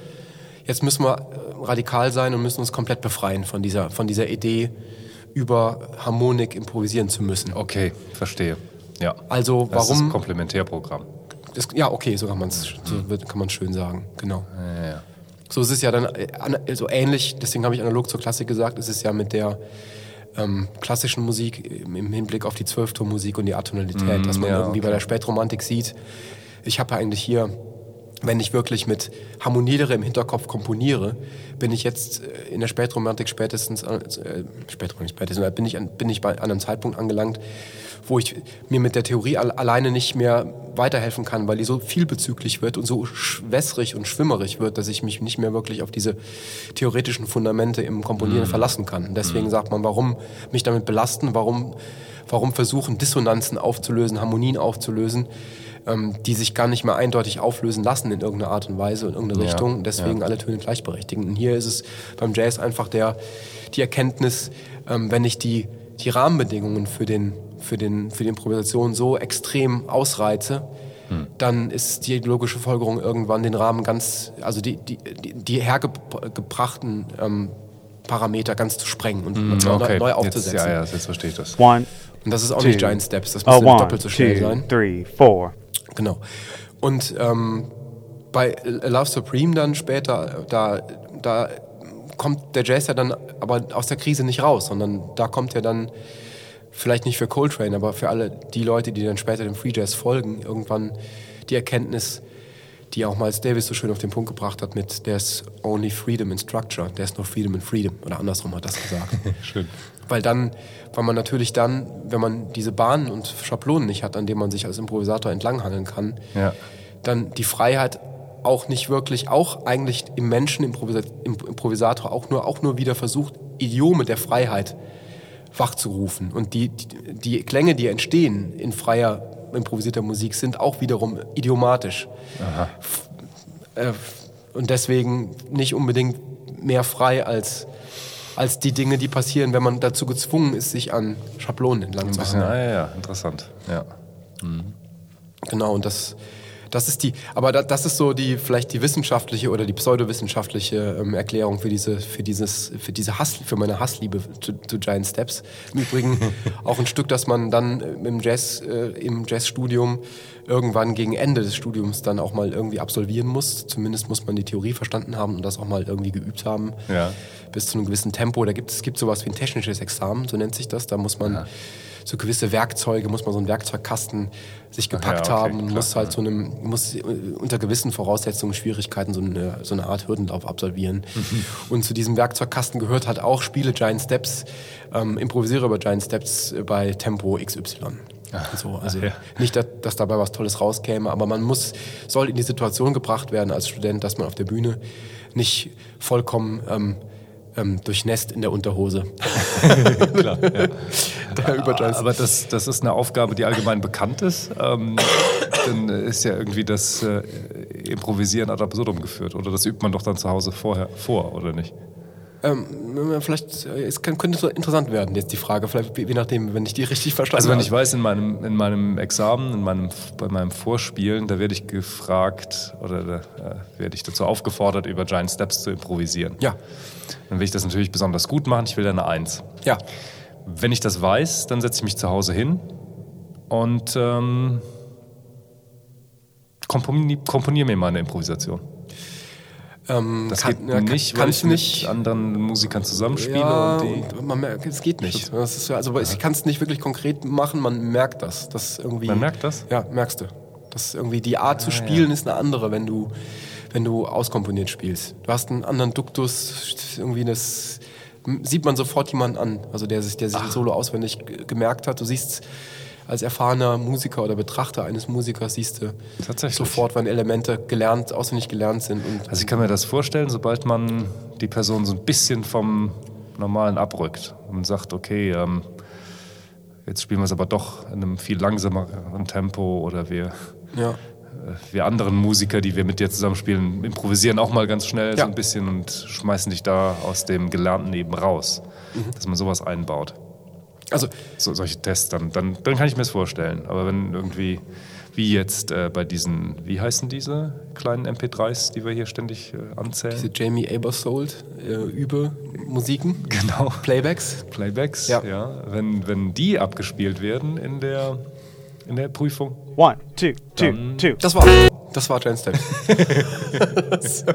Jetzt müssen wir äh, radikal sein und müssen uns komplett befreien von dieser, von dieser Idee, über Harmonik improvisieren zu müssen. Okay, verstehe. Ja. Also Das ist warum... das Komplementärprogramm. Das, ja, okay, so kann man es so wird- kann man schön sagen. Genau. Ja, ja. So ist es ja dann äh, an- so ähnlich, deswegen habe ich analog zur Klassik gesagt, es ist ja mit der ähm, klassischen Musik im, im Hinblick auf die Zwölftonmusik und die Atonalität, Mm, dass man ja, irgendwie okay. bei der Spätromantik sieht, ich habe ja eigentlich hier, wenn ich wirklich mit Harmonielehre im Hinterkopf komponiere, bin ich jetzt äh, in der Spätromantik spätestens, äh, Spätromantik spätestens, bin ich, an, bin ich bei, an einem Zeitpunkt angelangt, wo ich mir mit der Theorie al- alleine nicht mehr weiterhelfen kann, weil die so vielbezüglich wird und so sch- wässrig und schwimmerig wird, dass ich mich nicht mehr wirklich auf diese theoretischen Fundamente im Komponieren verlassen kann. Und deswegen sagt man, warum mich damit belasten, warum, warum versuchen, Dissonanzen aufzulösen, Harmonien aufzulösen, ähm, die sich gar nicht mehr eindeutig auflösen lassen in irgendeiner Art und Weise, in irgendeiner Ja, Richtung. Und deswegen ja. alle Töne gleichberechtigen. Und hier ist es beim Jazz einfach der, die Erkenntnis, ähm, wenn ich die, die Rahmenbedingungen für den für, den, für die Improvisation so extrem ausreize, hm. dann ist die logische Folgerung irgendwann den Rahmen ganz, also die, die, die, die hergebrachten ähm, Parameter ganz zu sprengen und Mm, neu, okay. neu Jetzt, aufzusetzen. ja, ja, jetzt verstehe ich das. One, Und das ist auch two. nicht Giant Steps, das Oh, muss nämlich one, doppelt so schnell two, sein. three, four. Genau. Und ähm, bei A Love Supreme dann später, da, da kommt der Jazz ja dann aber aus der Krise nicht raus, sondern da kommt ja dann, vielleicht nicht für Coltrane, aber für alle die Leute, die dann später dem Free Jazz folgen, irgendwann die Erkenntnis, die auch Miles Davis so schön auf den Punkt gebracht hat mit There's only freedom in structure, there's no freedom in freedom. Oder andersrum hat das gesagt. Schön. Weil dann, weil man natürlich dann, wenn man diese Bahnen und Schablonen nicht hat, an denen man sich als Improvisator entlanghangeln kann, Ja. dann die Freiheit auch nicht wirklich, auch eigentlich im Menschen, Improvisa- im Improvisator auch nur, auch nur wieder versucht, Idiome der Freiheit wachzurufen. Und die, die, die Klänge, die entstehen in freier, improvisierter Musik, sind auch wiederum idiomatisch. Aha. F- äh, und deswegen nicht unbedingt mehr frei als, als die Dinge, die passieren, wenn man dazu gezwungen ist, sich an Schablonen entlang Ein zu bisschen, hangeln. ah, ja, ja, interessant. Ja. Genau, und das, das ist die, aber da, das ist so die, vielleicht die wissenschaftliche oder die pseudowissenschaftliche ähm, Erklärung für diese, für dieses, für diese Hass, für meine Hassliebe zu, zu Giant Steps. Im Übrigen auch ein Stück, das man dann im Jazz, äh, im Jazzstudium irgendwann gegen Ende des Studiums dann auch mal irgendwie absolvieren muss. Zumindest muss man die Theorie verstanden haben und das auch mal irgendwie geübt haben. Ja. Bis zu einem gewissen Tempo. Da gibt es gibt sowas wie ein technisches Examen, so nennt sich das. Da muss man Ja. so gewisse Werkzeuge, muss man so einen Werkzeugkasten sich Ach gepackt ja, okay, haben, klar, muss halt ja. so einem, muss äh, unter gewissen Voraussetzungen, Schwierigkeiten so eine, so eine Art Hürdenlauf absolvieren. Mhm. Und zu diesem Werkzeugkasten gehört halt auch Spiele Giant Steps, ähm, improvisiere über Giant Steps bei Tempo X Y. So, also ja. nicht, dass, dass dabei was Tolles rauskäme, aber man muss, soll in die Situation gebracht werden als Student, dass man auf der Bühne nicht vollkommen ähm, ähm, durchnässt in der Unterhose. Klar, ja. Da über Giant Aber das, das ist eine Aufgabe, die allgemein bekannt ist. Ähm, dann ist ja irgendwie das äh, Improvisieren ad absurdum geführt. Oder das übt man doch dann zu Hause vorher vor, oder nicht? Ähm, vielleicht, es kann, könnte so interessant werden, jetzt die Frage, vielleicht je nachdem, wenn ich die richtig verstanden Also wenn habe. ich weiß, in meinem, in meinem Examen, in meinem, bei meinem Vorspielen, da werde ich gefragt oder da äh, werde ich dazu aufgefordert, über Giant Steps zu improvisieren. Ja, Dann will ich das natürlich besonders gut machen, ich will da eine Eins. ja. Wenn ich das weiß, dann setze ich mich zu Hause hin und ähm, komponiere komponier mir mal eine Improvisation. Ähm, Das kann, geht ja, nicht, kann, weil kannst ich du mit nicht. anderen Musikern zusammenspiele. Ja, und die und man merkt, es geht nicht. Das ist, ja- also ich kann es nicht wirklich konkret machen, man merkt das. das irgendwie, Man merkt das? Ja, merkst du. Das irgendwie die Art zu spielen ist eine andere, wenn du, wenn du auskomponiert spielst. Du hast einen anderen Duktus, irgendwie das sieht man sofort jemanden an, also der sich, der sich ein Solo auswendig g- gemerkt hat. Du siehst als erfahrener Musiker oder Betrachter eines Musikers siehst du Tatsächlich. sofort, wann Elemente gelernt, auswendig gelernt sind. Und Also ich kann mir das vorstellen, sobald man die Person so ein bisschen vom Normalen abrückt und sagt, okay, ähm, jetzt spielen wir es aber doch in einem viel langsameren Tempo oder wir, ja. äh, wir anderen Musiker, die wir mit dir zusammenspielen, improvisieren auch mal ganz schnell Ja. so ein bisschen und schmeißen dich da aus dem Gelernten eben raus. Dass man sowas einbaut. Also So, solche Tests, dann, dann, dann kann ich mir das vorstellen. Aber wenn irgendwie, wie jetzt äh, bei diesen, wie heißen diese kleinen M P drei s, die wir hier ständig äh, anzählen? diese Jamie Aebersold äh, Übe-Musiken, Genau. Playbacks. Playbacks, Ja. ja. Wenn, wenn die abgespielt werden in der, in der Prüfung, One, two, two, Dann- two. Das war das war Giant Steps. das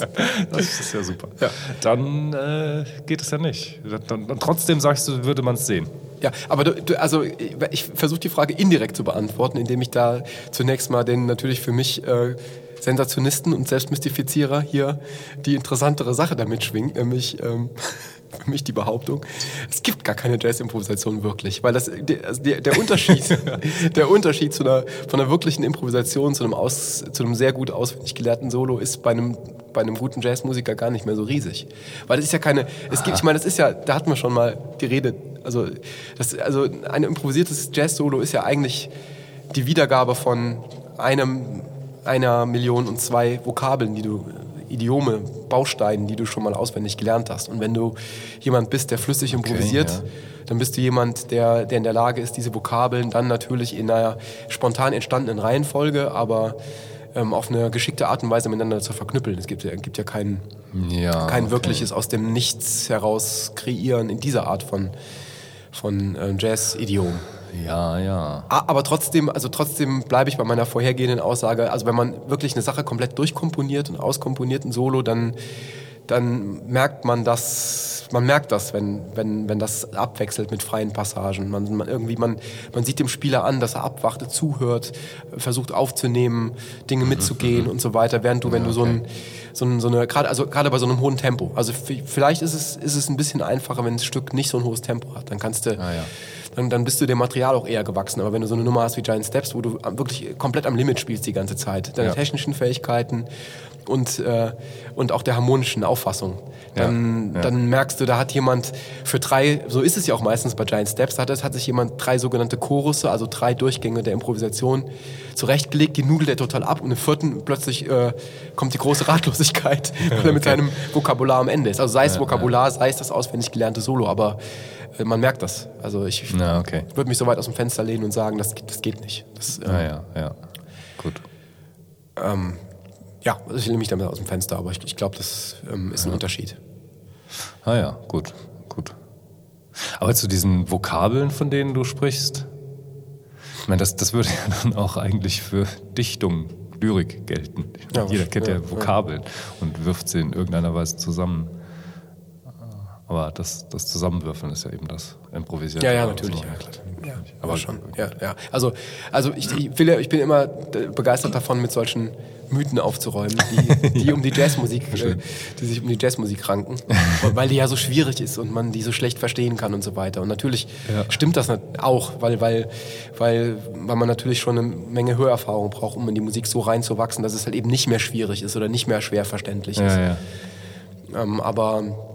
ist ja super. Ja. Dann äh, geht es ja nicht. Dann, dann, trotzdem sagst du, würde man es sehen. Ja, aber du, du, also ich, ich versuche die Frage indirekt zu beantworten, indem ich da zunächst mal den natürlich für mich äh, Sensationisten und Selbstmystifizierer hier die interessantere Sache damit schwingt, nämlich ähm, für mich die Behauptung, es gibt gar keine Jazz-Improvisation wirklich, weil das der, also der, der Unterschied, der Unterschied zu einer von einer wirklichen Improvisation zu einem aus, zu einem sehr gut auswendig gelehrten Solo ist bei einem bei einem guten Jazzmusiker gar nicht mehr so riesig, weil das ist ja keine, es gibt, ich meine, das ist ja, da hatten wir schon mal die Rede, also das, also ein improvisiertes Jazz-Solo ist ja eigentlich die Wiedergabe von einem einer Million und zwei Vokabeln, die du Idiome, Bausteinen, die du schon mal auswendig gelernt hast. Und wenn du jemand bist, der flüssig improvisiert, ja. dann bist du jemand, der, der in der Lage ist, diese Vokabeln dann natürlich in einer spontan entstandenen Reihenfolge, aber ähm, auf eine geschickte Art und Weise miteinander zu verknüppeln. Es gibt ja, gibt ja kein, Ja, kein okay. wirkliches aus dem Nichts heraus kreieren in dieser Art von, von ähm, Jazz-Idiom. Ja, ja. Ah, Aber trotzdem, also trotzdem bleibe ich bei meiner vorhergehenden Aussage. Also wenn man wirklich eine Sache komplett durchkomponiert und auskomponiert, ein Solo, dann, dann merkt man das, man merkt das, wenn, wenn, wenn das abwechselt mit freien Passagen. Man, man, irgendwie, man, man sieht dem Spieler an, dass er abwartet, zuhört, versucht aufzunehmen, Dinge mitzugehen und so weiter, während du, wenn du so ein, so, ein, so eine, gerade, also gerade bei so einem hohen Tempo, also f- vielleicht ist es, ist es ein bisschen einfacher, wenn das Stück nicht so ein hohes Tempo hat. Dann kannst du, Ah, ja. dann, dann bist du dem Material auch eher gewachsen. Aber wenn du so eine Nummer hast wie Giant Steps, wo du wirklich komplett am Limit spielst die ganze Zeit, deine Ja. technischen Fähigkeiten und, äh, und auch der harmonischen Auffassung, dann, Ja, ja. dann merkst du, da hat jemand für drei, so ist es ja auch meistens bei Giant Steps, da hat, hat sich jemand drei sogenannte Chorusse, also drei Durchgänge der Improvisation zurechtgelegt, die nudelt er total ab und im vierten plötzlich äh, kommt die große Ratlosigkeit, weil er mit seinem Vokabular am Ende ist. Also sei es Vokabular, sei es das auswendig gelernte Solo, aber äh, man merkt das. Also ich Na, okay. würde mich so weit aus dem Fenster lehnen und sagen, das, das geht nicht. Das, äh, Ah, ja, ja. Gut. ähm, ja, also ich lehne mich damit aus dem Fenster, aber ich, ich glaube, das ähm, ist ein Unterschied. Ah ja, gut, gut. Aber zu diesen Vokabeln, von denen du sprichst, ich meine, das, das würde ja dann auch eigentlich für Dichtung, Lyrik gelten. Ich meine, Ja, jeder kennt ja, ja, Vokabeln und wirft sie in irgendeiner Weise zusammen. Aber das, das Zusammenwürfeln ist ja eben das Improvisieren. Ja, ja, natürlich. Ja, klar. Ja, Aber aber schon. Ja, ja. Also, also ich, ich, will, ja- ich bin immer begeistert davon, mit solchen Mythen aufzuräumen, die, die um die Jazzmusik, äh, die sich um die Jazzmusik ranken, weil die ja so schwierig ist und man die so schlecht verstehen kann und so weiter. Und natürlich Ja. stimmt das nat- auch, weil, weil, weil, weil man natürlich schon eine Menge Hörerfahrung braucht, um in die Musik so reinzuwachsen, dass es halt eben nicht mehr schwierig ist oder nicht mehr schwer verständlich ist. Ja, ja. Ähm, aber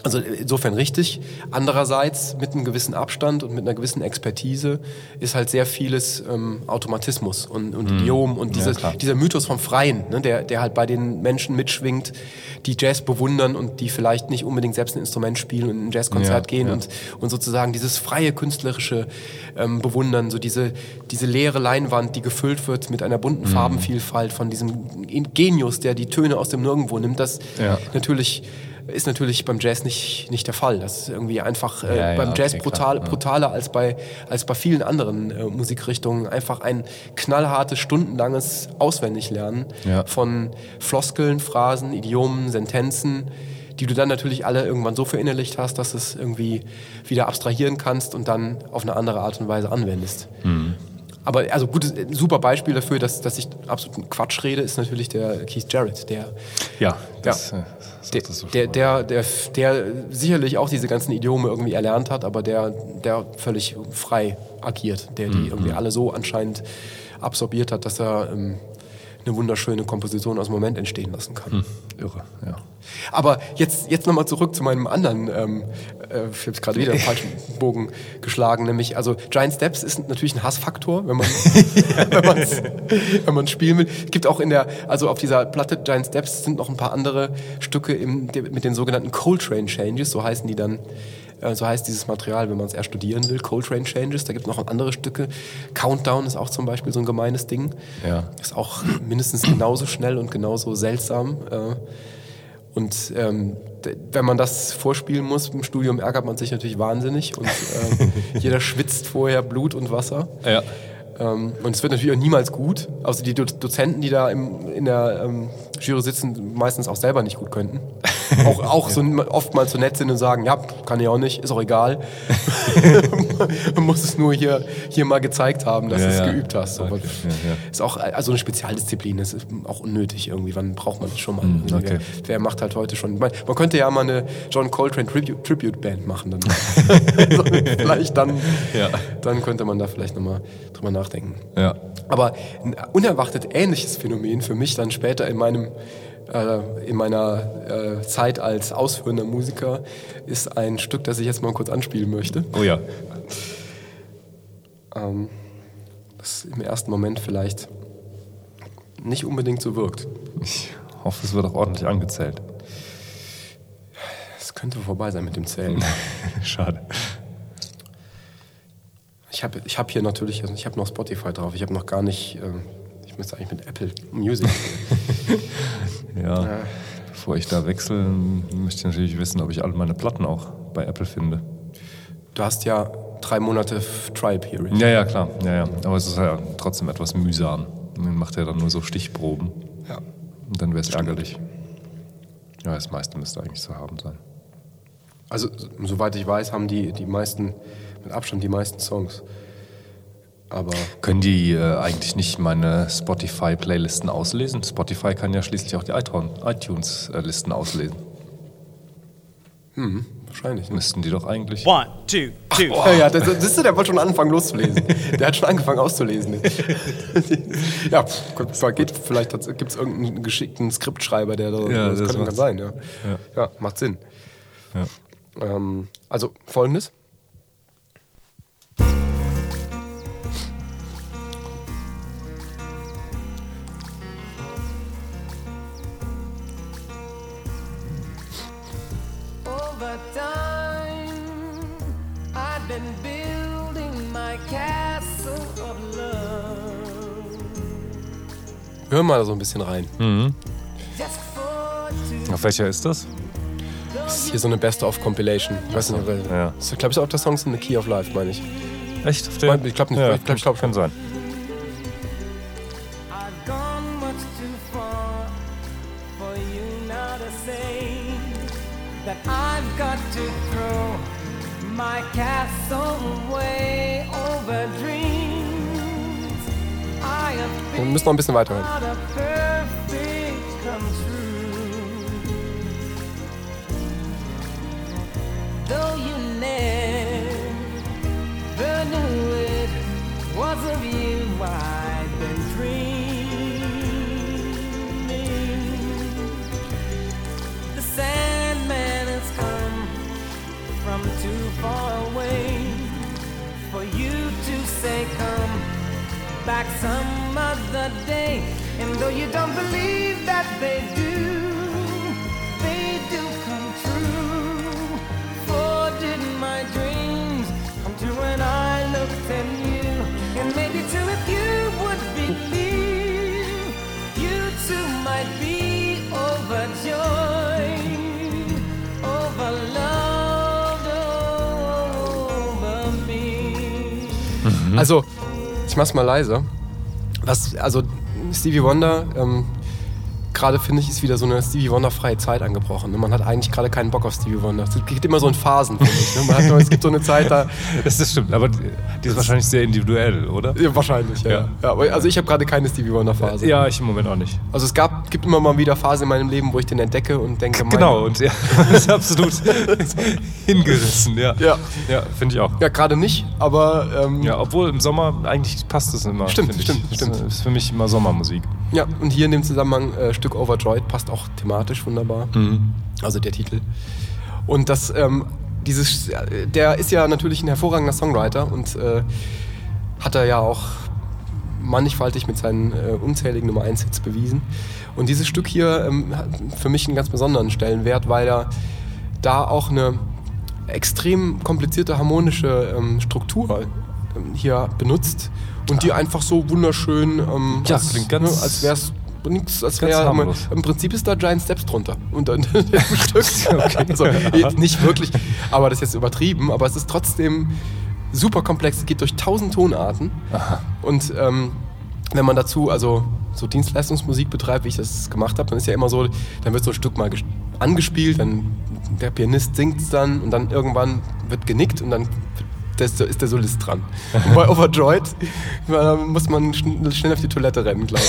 Also insofern richtig. Andererseits mit einem gewissen Abstand und mit einer gewissen Expertise ist halt sehr vieles ähm, Automatismus und, und mm. Idiom und dieses, ja, dieser Mythos vom Freien, ne, der, der halt bei den Menschen mitschwingt, die Jazz bewundern und die vielleicht nicht unbedingt selbst ein Instrument spielen und in ein Jazzkonzert ja, gehen ja. Und, und sozusagen dieses freie künstlerische ähm, Bewundern, so diese, diese leere Leinwand, die gefüllt wird mit einer bunten mm. Farbenvielfalt von diesem Genius, der die Töne aus dem Nirgendwo nimmt, das ja. natürlich ist natürlich beim Jazz nicht, nicht der Fall. Das ist irgendwie einfach äh, ja, ja, beim Jazz okay, brutal, klar, ja. brutaler als bei, als bei vielen anderen äh, Musikrichtungen. Einfach ein knallhartes, stundenlanges Auswendiglernen ja. von Floskeln, Phrasen, Idiomen, Sentenzen, die du dann natürlich alle irgendwann so verinnerlicht hast, dass du es irgendwie wieder abstrahieren kannst und dann auf eine andere Art und Weise anwendest. Mhm. Aber also gutes, super Beispiel dafür, dass, dass ich absoluten Quatsch rede, ist natürlich der Keith Jarrett, der ja, das, ja, das der, so der, der, der, der sicherlich auch diese ganzen Idiome irgendwie erlernt hat, aber der, der völlig frei agiert, der die mhm. irgendwie alle so anscheinend absorbiert hat, dass er ähm, eine wunderschöne Komposition aus dem Moment entstehen lassen kann. Hm, irre, ja. Aber jetzt, jetzt nochmal zurück zu meinem anderen, ähm, äh, ich habe es gerade wieder einen falschen Bogen geschlagen, nämlich, also Giant Steps ist natürlich ein Hassfaktor, wenn man wenn man's, wenn man spielen will. Es gibt auch in der, also auf dieser Platte Giant Steps sind noch ein paar andere Stücke im, mit den sogenannten Coltrane Changes, so heißen die dann. So heißt dieses Material, wenn man es eher studieren will, Coltrane Changes. Da gibt es noch andere Stücke. Countdown ist auch zum Beispiel so ein gemeines Ding. Ja. Ist auch mindestens genauso schnell und genauso seltsam. Und ähm, wenn man das vorspielen muss im Studium, ärgert man sich natürlich wahnsinnig. Und äh, jeder schwitzt vorher Blut und Wasser. Ja. Ähm, und es wird natürlich auch niemals gut. Also die Do- Dozenten, die da im, in der ähm, Jury sitzen, meistens auch selber nicht gut könnten. Auch, auch so oftmals so nett sind und sagen, ja, kann ich auch nicht, ist auch egal. Man muss es nur hier, hier mal gezeigt haben, dass ja, du es ja. geübt hast. Okay. Aber ja, ja. ist auch also eine Spezialdisziplin, das ist auch unnötig irgendwie. Wann braucht man das schon mal? Mm, okay. wer, wer macht halt heute schon... Man, man könnte ja mal eine John Coltrane Tribute, Tribute Band machen. Dann. vielleicht dann, ja. dann könnte man da vielleicht nochmal drüber nachdenken. Ja. Aber ein unerwartet ähnliches Phänomen für mich dann später in meinem in meiner äh, Zeit als ausführender Musiker ist ein Stück, das ich jetzt mal kurz anspielen möchte. Oh ja. Ähm, das im ersten Moment vielleicht nicht unbedingt so wirkt. Ich hoffe, es wird auch ordentlich angezählt. Es könnte vorbei sein mit dem Zählen. Schade. Ich habe ich hab hier natürlich, also ich habe noch Spotify drauf, ich habe noch gar nicht... Äh, ich müsste eigentlich mit Apple Music. ja, ja, bevor ich da wechsle, möchte ich natürlich wissen, ob ich alle meine Platten auch bei Apple finde. Du hast ja drei Monate Trial Period. Ja, ja, klar. Ja, ja. Aber es ist ja trotzdem etwas mühsam. Man macht ja dann nur so Stichproben. Ja. Und dann wäre es ärgerlich. Ja, das meiste müsste eigentlich zu haben sein. Also, soweit ich weiß, haben die, die meisten, mit Abstand die meisten Songs. Aber können die äh, eigentlich nicht meine Spotify-Playlisten auslesen? Spotify kann ja schließlich auch die iTunes-Listen auslesen. Hm, wahrscheinlich. Ne? Müssten die doch eigentlich. One, two, two. Oh, ja, das, das ist der wollte schon anfangen loszulesen. Der hat schon angefangen auszulesen. ja, geht, vielleicht gibt es irgendeinen geschickten Skriptschreiber, der da. Ja, das, das kann, kann sein, ja. ja. Ja, macht Sinn. Ja. Ähm, also Folgendes. Hör mal da so ein bisschen rein. Mhm. Auf welcher ist das? Das ist hier so eine Best-of-Compilation. Ich weiß nicht, weil, ja. Ich glaube, es ist auch der Song in The Key of Life, meine ich. Echt? Auf der? Ich glaube nicht. Ja, ich glaub, ich glaub, kann sein. Wir müssen noch ein bisschen weiterhören. back some other day. And though you don't believe that they do, they do come true. For did my dreams come true when I looked at you? And maybe too if you would believe, you too might be overjoyed, overloved over me. Also, ich mach's mal leise. Was, also Stevie Wonder, ähm, gerade finde ich, ist wieder so eine Stevie Wonder-freie Zeit angebrochen. Man hat eigentlich gerade keinen Bock auf Stevie Wonder. Es gibt immer so in Phasen, finde ich. Man hat, es gibt so eine Zeit, da... Das ist stimmt, aber die ist wahrscheinlich sehr individuell, oder? Ja, wahrscheinlich, ja. Ja. ja aber, also ich habe gerade keine Stevie Wonder-Phase. Ja, ich im Moment auch nicht. Also es gab, gibt immer mal wieder Phasen in meinem Leben, wo ich den entdecke und denke... Genau, und ja, das ist absolut hingerissen, ja. Ja, ja finde ich auch. ja gerade nicht, aber... Ähm, Ja, obwohl im Sommer eigentlich passt es immer. Stimmt, find ich. stimmt, Das stimmt. ist für mich immer Sommermusik. Ja, und hier in dem Zusammenhang äh, Stück Overjoyed passt auch thematisch wunderbar. Mhm. Also der Titel. Und das, ähm, dieses, äh, der ist ja natürlich ein hervorragender Songwriter und äh, hat er ja auch mannigfaltig mit seinen äh, unzähligen Nummer eins Hits bewiesen. Und dieses Stück hier ähm, hat für mich einen ganz besonderen Stellenwert, weil er da auch eine extrem komplizierte harmonische ähm, Struktur ähm, hier benutzt und die einfach so wunderschön, ähm, Ja, als, klingt ganz- ne, als wär's nix, als ganz wär, harmlos. im Prinzip ist da Giant Steps drunter unter dem Stück. Also jetzt nicht wirklich, aber das ist jetzt übertrieben, aber es ist trotzdem super komplex. Es geht durch tausend Tonarten. Aha. Und ähm, wenn man dazu also so Dienstleistungsmusik betreibt, wie ich das gemacht habe, dann ist ja immer so, dann wird so ein Stück mal ges- angespielt, dann der Pianist singt es dann und dann irgendwann wird genickt und dann ist der, ist der Solist dran. Und bei Overjoyed äh, muss man schn- schnell auf die Toilette rennen, glaube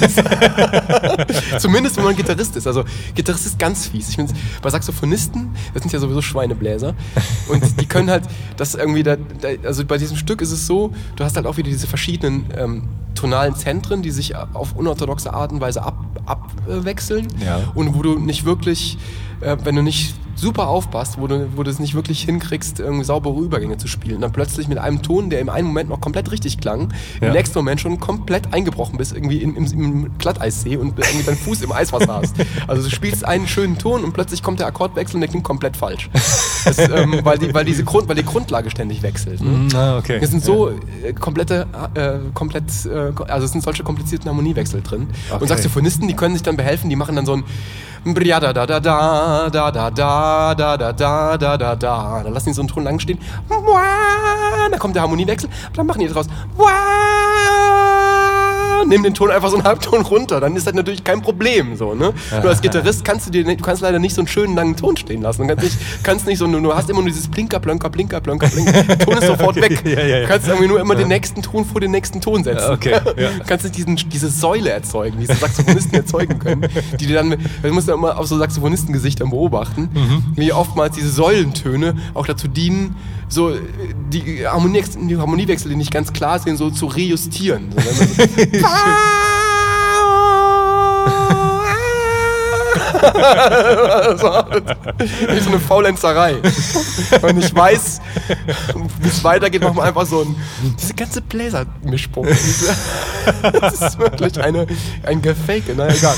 ich. Zumindest, wenn man Gitarrist ist. Also Gitarrist ist ganz fies. Ich finde, bei Saxophonisten, das sind ja sowieso Schweinebläser, und die können halt, das irgendwie, da, da, also bei diesem Stück ist es so, du hast halt auch wieder diese verschiedenen ähm, tonalen Zentren, die sich auf unorthodoxe Art und Weise ab, abwechseln. Ja. Und wo du nicht wirklich, äh, wenn du nicht super aufpasst, wo du, wo du es nicht wirklich hinkriegst, irgendwie saubere Übergänge zu spielen. Und dann plötzlich mit einem Ton, der im einen Moment noch komplett richtig klang, Ja. im nächsten Moment schon komplett eingebrochen bist, irgendwie in, im, im Glatteissee und irgendwie deinen Fuß im Eiswasser hast. Also du spielst einen schönen Ton und plötzlich kommt der Akkordwechsel und der klingt komplett falsch. Das, ähm, weil, die, weil, diese Grund, weil die Grundlage ständig wechselt. Ne? Ah, okay. Es sind so äh, komplette, äh, komplett, äh, also es sind solche komplizierten Harmoniewechsel drin. Okay. Und Saxophonisten, die können sich dann behelfen, die machen dann so ein da da da da da da da da da da da da da da. Dann lassen die so einen Ton lang stehen. Dann kommt der Harmoniewechsel. Dann machen die draus. Nehmen den Ton einfach so einen Halbton runter. Dann ist das natürlich kein Problem. So, ne? Du als Gitarrist kannst du dir, du kannst leider nicht so einen schönen langen Ton stehen lassen. Du kannst nicht, kannst nicht so, du hast immer nur dieses Blinker, Blonker, Blinker, Blonker, Blinker. Der Ton ist sofort weg. Ja, ja, ja. Du kannst irgendwie nur immer den nächsten Ton vor den nächsten Ton setzen. Okay, ja. Du kannst nicht diesen, diese Säule erzeugen, diese Saxophonisten erzeugen können, die dir dann, du musst ja immer auf so Saxophonistengesichtern beobachten, wie oftmals diese Säulentöne auch dazu dienen, so die, Harmonie, die Harmoniewechsel, die nicht ganz klar sind, so zu rejustieren. So, wenn man so so, wie so eine Faulenzerei. Und ich weiß, wie es weitergeht, machen wir einfach so ein, diese ganze Bläser-Mischpumpe. Das ist wirklich eine, ein Gefake, na egal.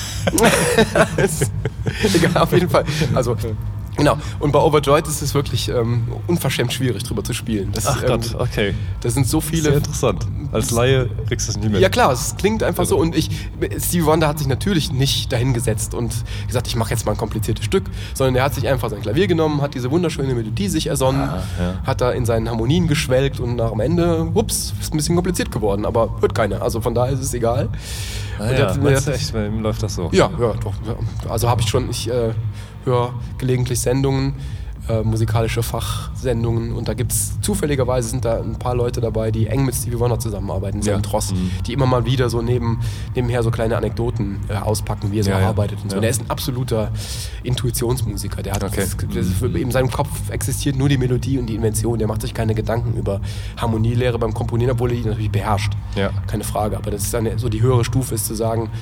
Egal, auf jeden Fall. Also, genau. Und bei Overjoyed ist es wirklich ähm, unverschämt schwierig, drüber zu spielen. Das, Ach ähm, Gott, okay. das sind so viele. Sehr interessant. Als Laie kriegst du es nicht mit. Ja klar, es klingt einfach so. Und ich, Stevie Wonder hat sich natürlich nicht dahingesetzt und gesagt, ich mache jetzt mal ein kompliziertes Stück, sondern er hat sich einfach sein Klavier genommen, hat diese wunderschöne Melodie sich ersonnen, Ah, ja. hat da in seinen Harmonien geschwelgt und nach am Ende, ups, ist ein bisschen kompliziert geworden, aber hört keiner. Also von daher ist es egal. Ah, Und ja. der- Meinst du der- echt, bei ihm läuft das so? Ja, ja, doch. Ja. Also habe ich schon, ich äh, höre gelegentlich Sendungen, äh, musikalische Fachsendungen, und da gibt es zufälligerweise sind da ein paar Leute dabei, die eng mit Stevie Wonder zusammenarbeiten, so Ja. ein Tross, Mhm. die immer mal wieder so neben, nebenher so kleine Anekdoten äh, auspacken, wie er so Ja, ja. arbeitet und so. Ja. Der ist ein absoluter Intuitionsmusiker, der hat Okay. das, das, in seinem Kopf existiert nur die Melodie und die Invention, der macht sich keine Gedanken über Harmonielehre beim Komponieren, obwohl er die natürlich beherrscht. Ja. Keine Frage, aber das ist eine, so die höhere Stufe ist zu sagen,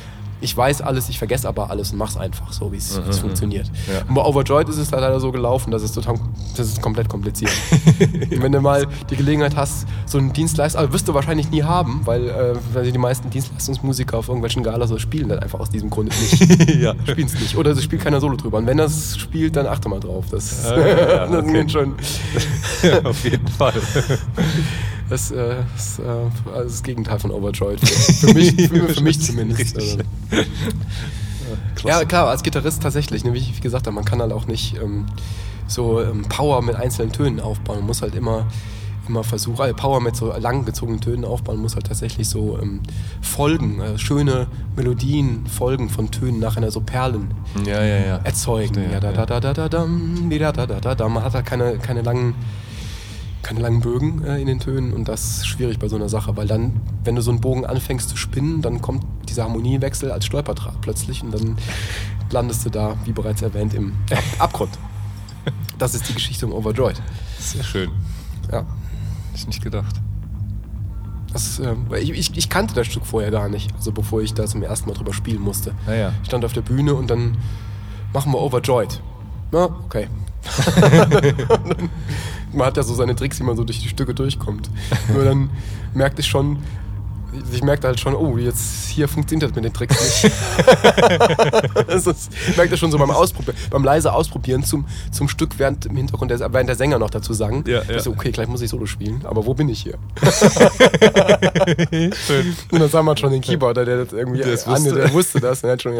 ich weiß alles, ich vergesse aber alles und mach's einfach so, wie es Mhm. funktioniert. Ja. Und bei Overjoyed ist es halt leider so gelaufen, dass es total, das ist komplett kompliziert. Und wenn du mal die Gelegenheit hast, so einen Dienstleister, also wirst du wahrscheinlich nie haben, weil, äh, weil die meisten Dienstleistungsmusiker auf irgendwelchen Galas so spielen dann einfach aus diesem Grund nicht. ja. Spielen es nicht. Oder es spielt keiner Solo drüber. Und wenn das spielt, dann achte mal drauf. Das, Ja, ja, ja, das okay. geht schon. Auf jeden Fall. Das ist äh, das, äh, also das Gegenteil von Overjoyed. Für, für mich, für, für mich zumindest. Also. Ja, klar, als Gitarrist tatsächlich. Ne, wie ich gesagt habe, man kann halt auch nicht ähm, so ähm, Power mit einzelnen Tönen aufbauen. Man muss halt immer, immer versuchen, also Power mit so langgezogenen Tönen aufbauen. Man muss halt tatsächlich so ähm, Folgen, äh, schöne Melodien, Folgen von Tönen nacheinander, so Perlen Ja, ja, ja. erzeugen. Verstehe, Ja, da, da, da, da, da, dam, di, da, da, da, da, da. Man hat halt keine, keine langen keine langen Bögen äh, in den Tönen und das ist schwierig bei so einer Sache, weil dann, wenn du so einen Bogen anfängst zu spinnen, dann kommt dieser Harmoniewechsel als Stolperdraht plötzlich und dann landest du da, wie bereits erwähnt, im Ab- Abgrund. Das ist die Geschichte um Overjoyed. Sehr schön. Ja. Hätte ich nicht gedacht. Das, äh, ich, ich, ich kannte das Stück vorher gar nicht, also bevor ich da zum ersten Mal drüber spielen musste. Naja. Ich stand auf der Bühne und dann machen wir Overjoyed. Na, okay. Man hat ja so seine Tricks, wie man so durch die Stücke durchkommt. Nur dann merkte ich schon, ich merkte halt schon, oh, jetzt hier funktioniert das mit den Tricks nicht. Das ist, ich merkte schon so beim Ausprobieren, beim leise Ausprobieren zum, zum Stück, während im Hintergrund der, während der Sänger noch dazu sang. Ja, Ich ja. so, okay, gleich muss ich Solo spielen, aber wo bin ich hier? Schön. Und dann sah man schon den Keyboarder, der das irgendwie Der es an, wusste. der wusste das. Und er hat schon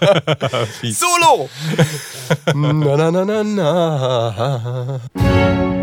Fies. Solo! Na na na na na.